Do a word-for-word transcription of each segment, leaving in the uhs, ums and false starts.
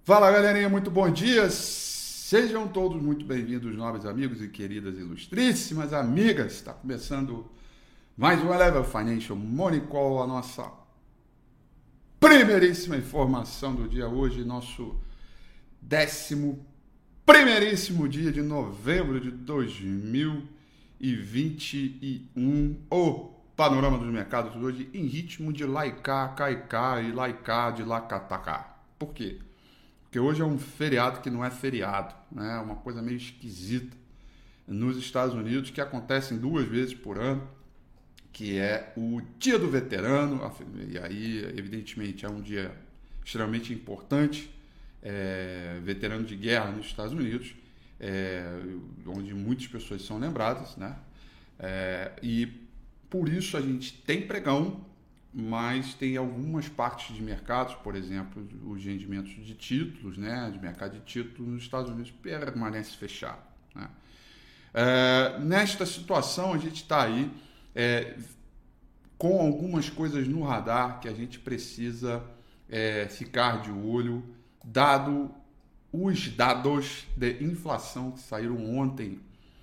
Fala galerinha, muito bom dia! Sejam todos muito bem-vindos, nobres amigos e queridas ilustríssimas amigas. Está começando mais um Eleven Financial Money Call, a nossa primeiríssima informação do dia hoje, nosso décimo primeiríssimo dia de novembro de dois mil e vinte e um. O panorama dos mercados hoje em ritmo de laicá, caicá e laicá de lacatacá. Por quê? Porque hoje é um feriado que não é feriado, né? Uma coisa meio esquisita nos Estados Unidos, que acontecem duas vezes por ano, que é o Dia do Veterano, e aí, evidentemente, é um dia extremamente importante, é, veterano de guerra nos Estados Unidos, é, onde muitas pessoas são lembradas, né? É, e por isso a gente tem pregão, mas tem algumas partes de mercados, por exemplo, os rendimentos de títulos, né, de mercado de títulos nos Estados Unidos permanece fechado, né? É, nesta situação, a gente está aí é, com algumas coisas no radar que a gente precisa é, ficar de olho, dado os dados de inflação que saíram ontem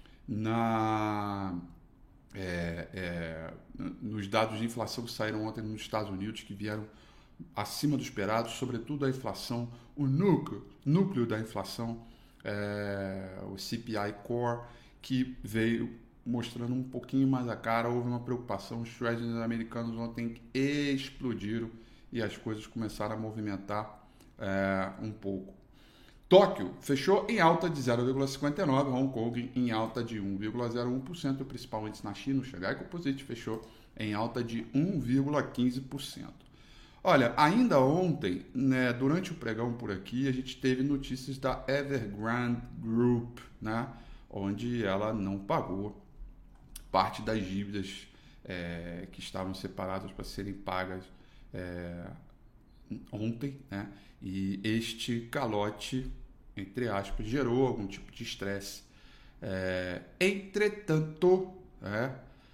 na... É, é, nos dados de inflação que saíram ontem nos Estados Unidos, que vieram acima do esperado, sobretudo a inflação, o núcleo, núcleo da inflação, é, o C P I Core, que veio mostrando um pouquinho mais a cara. Houve uma preocupação, os treasuries americanos ontem explodiram e as coisas começaram a movimentar é, um pouco. Tóquio fechou em alta de zero vírgula cinquenta e nove, Hong Kong em alta de um vírgula zero um por cento, o principal índice na China, o Xangai Composite, fechou em alta de um vírgula quinze por cento. Olha, ainda ontem, né, durante o pregão por aqui, a gente teve notícias da Evergrande Group, né, onde ela não pagou parte das dívidas é, que estavam separadas para serem pagas é, ontem, né, e este calote, entre aspas, gerou algum tipo de estresse. É, entretanto, é,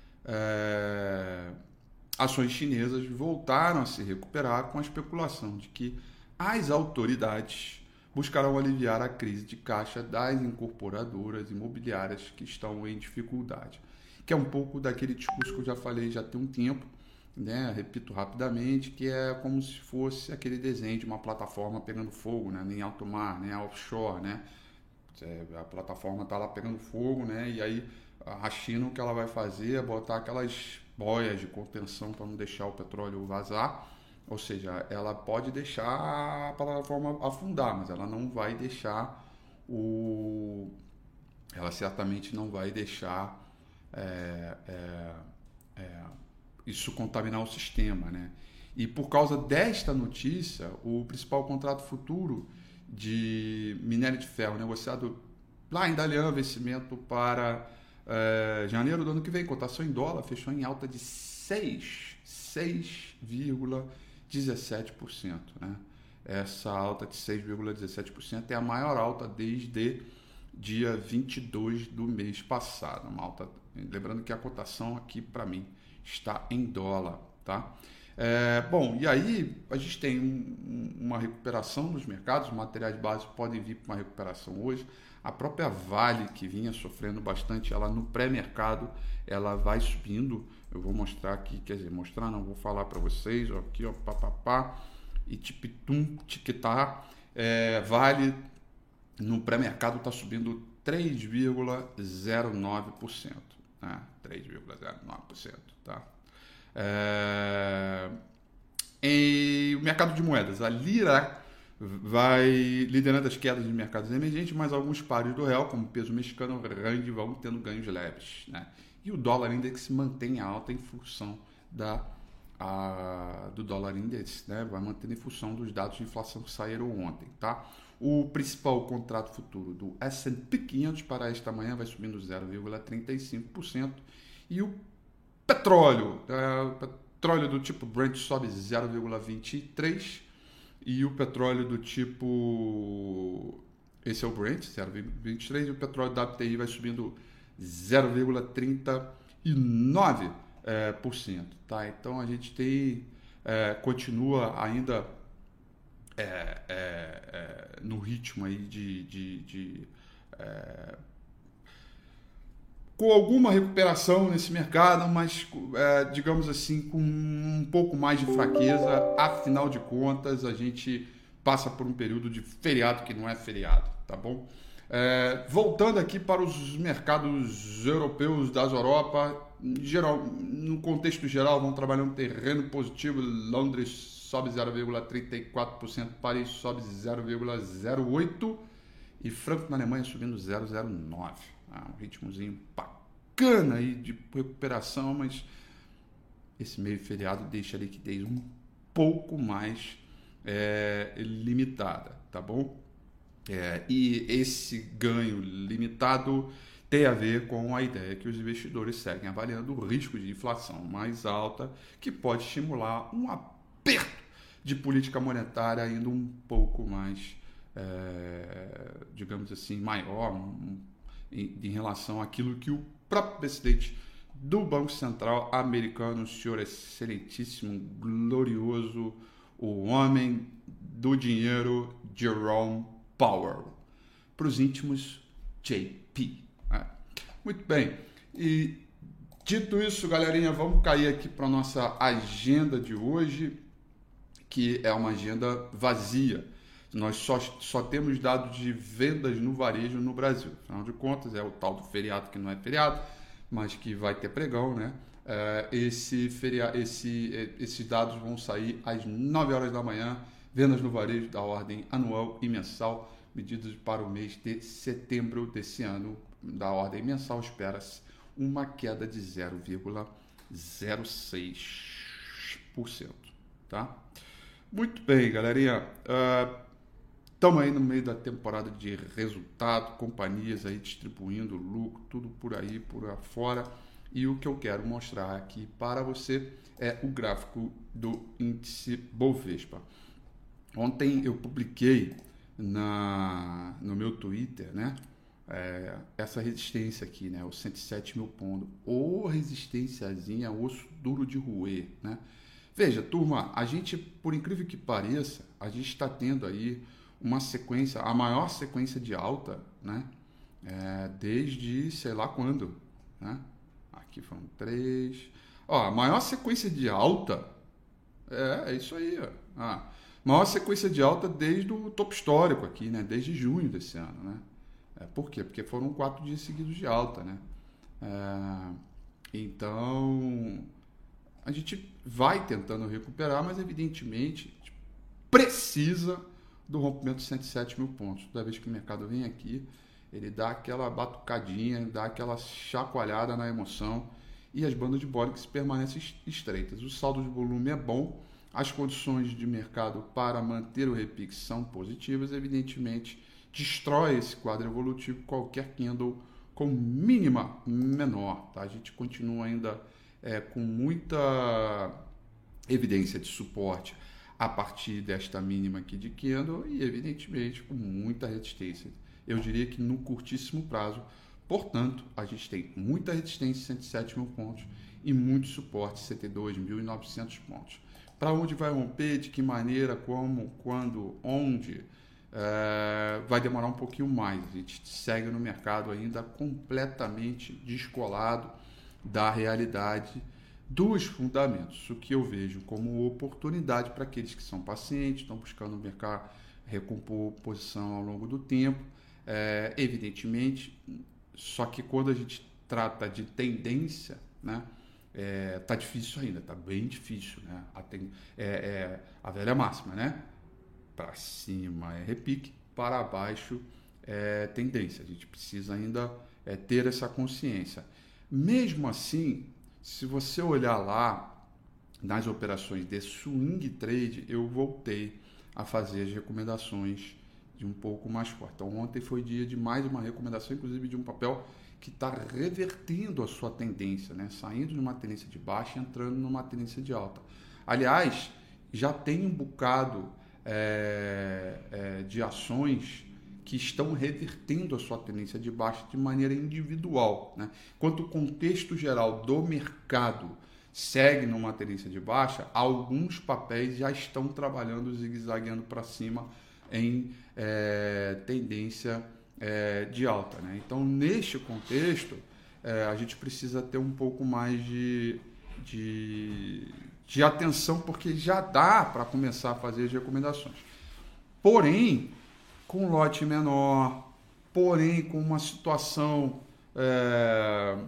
é, ações chinesas voltaram a se recuperar com a especulação de que as autoridades buscarão aliviar a crise de caixa das incorporadoras imobiliárias que estão em dificuldade, que é um pouco daquele discurso que eu já falei já tem um tempo, né? Repito rapidamente, que é como se fosse aquele desenho de uma plataforma pegando fogo, né? Nem alto mar, nem offshore, né? A plataforma está lá pegando fogo, né? E aí a China, o que ela vai fazer é botar aquelas boias de contenção para não deixar o petróleo vazar, ou seja, ela pode deixar a plataforma afundar, mas ela não vai deixar o... ela certamente não vai deixar é, é, é, isso contaminar o sistema, né? E por causa desta notícia, o principal contrato futuro de minério de ferro negociado lá em Dalian, vencimento para é, janeiro do ano que vem, cotação em dólar, fechou em alta de seis vírgula dezessete por cento, né? Essa alta de seis vírgula dezessete por cento é a maior alta desde dia vinte e dois do mês passado. Uma alta, lembrando que a cotação aqui para mim está em dólar, tá? É, bom, e aí a gente tem um, uma recuperação nos mercados, os materiais básicos podem vir para uma recuperação hoje. A própria Vale, que vinha sofrendo bastante, ela no pré-mercado, ela vai subindo. Eu vou mostrar aqui, quer dizer, mostrar não, vou falar para vocês, ó, aqui, ó, papapá, e tipitum, tiquitá, é, Vale no pré-mercado está subindo três vírgula zero nove por cento, né? três vírgula zero nove por cento, tá? É... Em o mercado de moedas, a lira vai liderando as quedas de mercados emergentes, mas alguns pares do real, como o peso mexicano, o rand, vão tendo ganhos leves, né? E o dólar index se mantém alta em função da, a, do dólar index, né? Vai mantendo em função dos dados de inflação que saíram ontem, tá? O principal contrato futuro do S and P quinhentos para esta manhã vai subindo zero vírgula trinta e cinco por cento e o petróleo, é, o petróleo do tipo Brent sobe zero vírgula vinte e três e o petróleo do tipo, esse é o Brent, zero vírgula vinte e três, e o petróleo W T I vai subindo zero vírgula trinta e nove por cento, tá? Então a gente tem, é, continua ainda é, é, é, no ritmo aí de, de, de é, com alguma recuperação nesse mercado, mas, é, digamos assim, com um pouco mais de fraqueza. Afinal de contas, a gente passa por um período de feriado que não é feriado, tá bom? É, voltando aqui para os mercados europeus das Europa, geral, no contexto geral, vão trabalhando terreno positivo. Londres sobe zero vírgula trinta e quatro por cento, Paris sobe zero vírgula zero oito por cento e Frankfurt na Alemanha subindo zero vírgula zero nove por cento. Ah, um ritmozinho bacana aí de recuperação, mas esse meio feriado deixa a liquidez um pouco mais é, limitada, tá bom? É, e esse ganho limitado tem a ver com a ideia que os investidores seguem avaliando o risco de inflação mais alta, que pode estimular um aperto de política monetária ainda um pouco mais, é, digamos assim, maior um, em, em relação àquilo que o próprio presidente do Banco Central americano, o senhor excelentíssimo, glorioso, o homem do dinheiro, Jerome Powell, para os íntimos, J P. É. Muito bem, e dito isso, galerinha, vamos cair aqui para a nossa agenda de hoje, que é uma agenda vazia. Nós só, só temos dados de vendas no varejo no Brasil. Afinal de contas, é o tal do feriado que não é feriado, mas que vai ter pregão, né? É, esse feria, esse, esses dados vão sair às nove horas da manhã. Vendas no varejo da ordem anual e mensal, medidas para o mês de setembro desse ano. Da ordem mensal, espera-se uma queda de zero vírgula zero seis por cento. Tá? Muito bem, galerinha. Estamos uh, aí no meio da temporada de resultado, companhias aí distribuindo lucro, tudo por aí, por afora. E o que eu quero mostrar aqui para você é o gráfico do índice Bovespa. Ontem eu publiquei na, no meu Twitter, né, é, essa resistência aqui, né, os cento e sete mil pontos. Ô resistênciazinha, osso duro de roer, né? Veja, turma, a gente, por incrível que pareça, a gente está tendo aí uma sequência, a maior sequência de alta, né, é, desde sei lá quando, né? Aqui foram três. Ó, a maior sequência de alta é, é isso aí, ó. Ah, maior sequência de alta desde o topo histórico aqui, né? Desde junho desse ano, né? É, por quê? Porque foram quatro dias seguidos de alta, né? É, então, a gente vai tentando recuperar, mas evidentemente precisa do rompimento de cento e sete mil pontos. Toda vez que o mercado vem aqui, ele dá aquela batucadinha, dá aquela chacoalhada na emoção e as bandas de Bollinger permanecem estreitas. O saldo de volume é bom, as condições de mercado para manter o repique são positivas, evidentemente destrói esse quadro evolutivo qualquer candle com mínima menor. Tá? A gente continua ainda é, com muita evidência de suporte a partir desta mínima aqui de candle e evidentemente com muita resistência. Eu diria que no curtíssimo prazo, portanto, a gente tem muita resistência, cento e sete mil pontos, e muito suporte, setenta e dois mil e novecentos pontos. Para onde vai romper, de que maneira, como, quando, onde, é, vai demorar um pouquinho mais. A gente segue no mercado ainda completamente descolado da realidade dos fundamentos, o que eu vejo como oportunidade para aqueles que são pacientes, estão buscando mercado, recompor posição ao longo do tempo. É, evidentemente, só que quando a gente trata de tendência, né, é, tá difícil ainda, tá bem difícil, né? A, ten, é, é, a velha máxima, né? Para cima é repique, para baixo é tendência. A gente precisa ainda é, ter essa consciência. Mesmo assim, se você olhar lá nas operações de swing trade, eu voltei a fazer as recomendações de um pouco mais forte. Então, ontem foi dia de mais uma recomendação, inclusive de um papel que está revertendo a sua tendência, né? Saindo de uma tendência de baixa e entrando numa tendência de alta. Aliás, já tem um bocado é, é, de ações que estão revertendo a sua tendência de baixa de maneira individual, né? Enquanto o contexto geral do mercado segue numa tendência de baixa, alguns papéis já estão trabalhando zigue-zagueando para cima em é, tendência é, de alta, né? Então, neste contexto, é, a gente precisa ter um pouco mais de, de, de atenção, porque já dá para começar a fazer as recomendações. Porém, com lote menor, porém com uma situação é,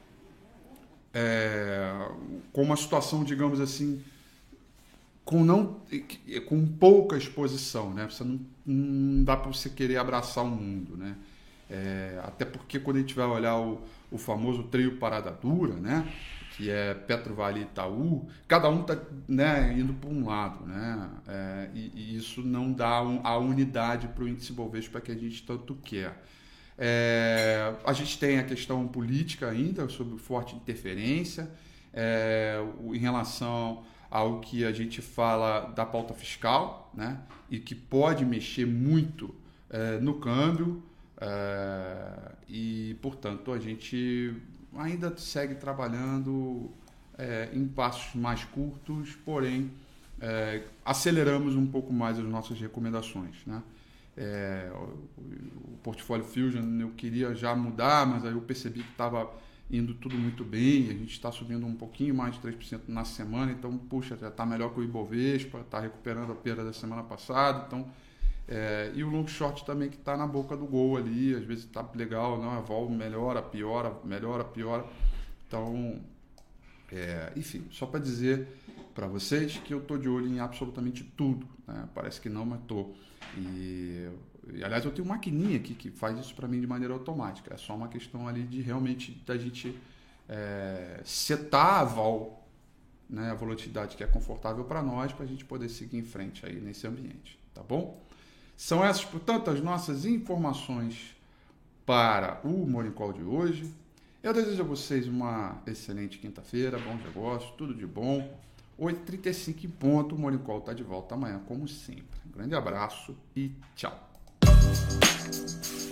é, com uma situação, digamos assim, com não com pouca exposição, né? Você não, não dá para você querer abraçar o mundo, né? É, até porque quando a gente vai olhar o, o famoso trio parada dura, né? Que é Petro, Vale e Itaú, cada um está, né, indo para um lado, né? É, e, e isso não dá um, a unidade para o índice Bovespa que a gente tanto quer. É, a gente tem a questão política ainda, sobre forte interferência, é, em relação ao que a gente fala da pauta fiscal, né? E que pode mexer muito é, no câmbio, é, e, portanto, a gente ainda segue trabalhando é, em passos mais curtos, porém é, aceleramos um pouco mais as nossas recomendações, né? É, o, o Portfólio Fusion eu queria já mudar, mas aí eu percebi que estava indo tudo muito bem, a gente está subindo um pouquinho mais de três por cento na semana, então, puxa, já está melhor que o Ibovespa, está recuperando a perda da semana passada, então, é, e o long short também que está na boca do gol ali, às vezes está legal, não, a vol melhora, piora, melhora, piora, então, é, enfim, só para dizer para vocês que eu estou de olho em absolutamente tudo, né? Parece que não, mas estou. E, e, aliás, eu tenho uma maquininha aqui que faz isso para mim de maneira automática. É só uma questão ali de realmente da gente é, setar a vol, né, a volatilidade que é confortável para nós, para a gente poder seguir em frente aí nesse ambiente, tá bom? São essas, portanto, as nossas informações para o Morning Call de hoje. Eu desejo a vocês uma excelente quinta-feira, bons negócios, tudo de bom. oito e trinta e cinco em ponto, o Morning Call está de volta amanhã, como sempre. Um grande abraço e tchau.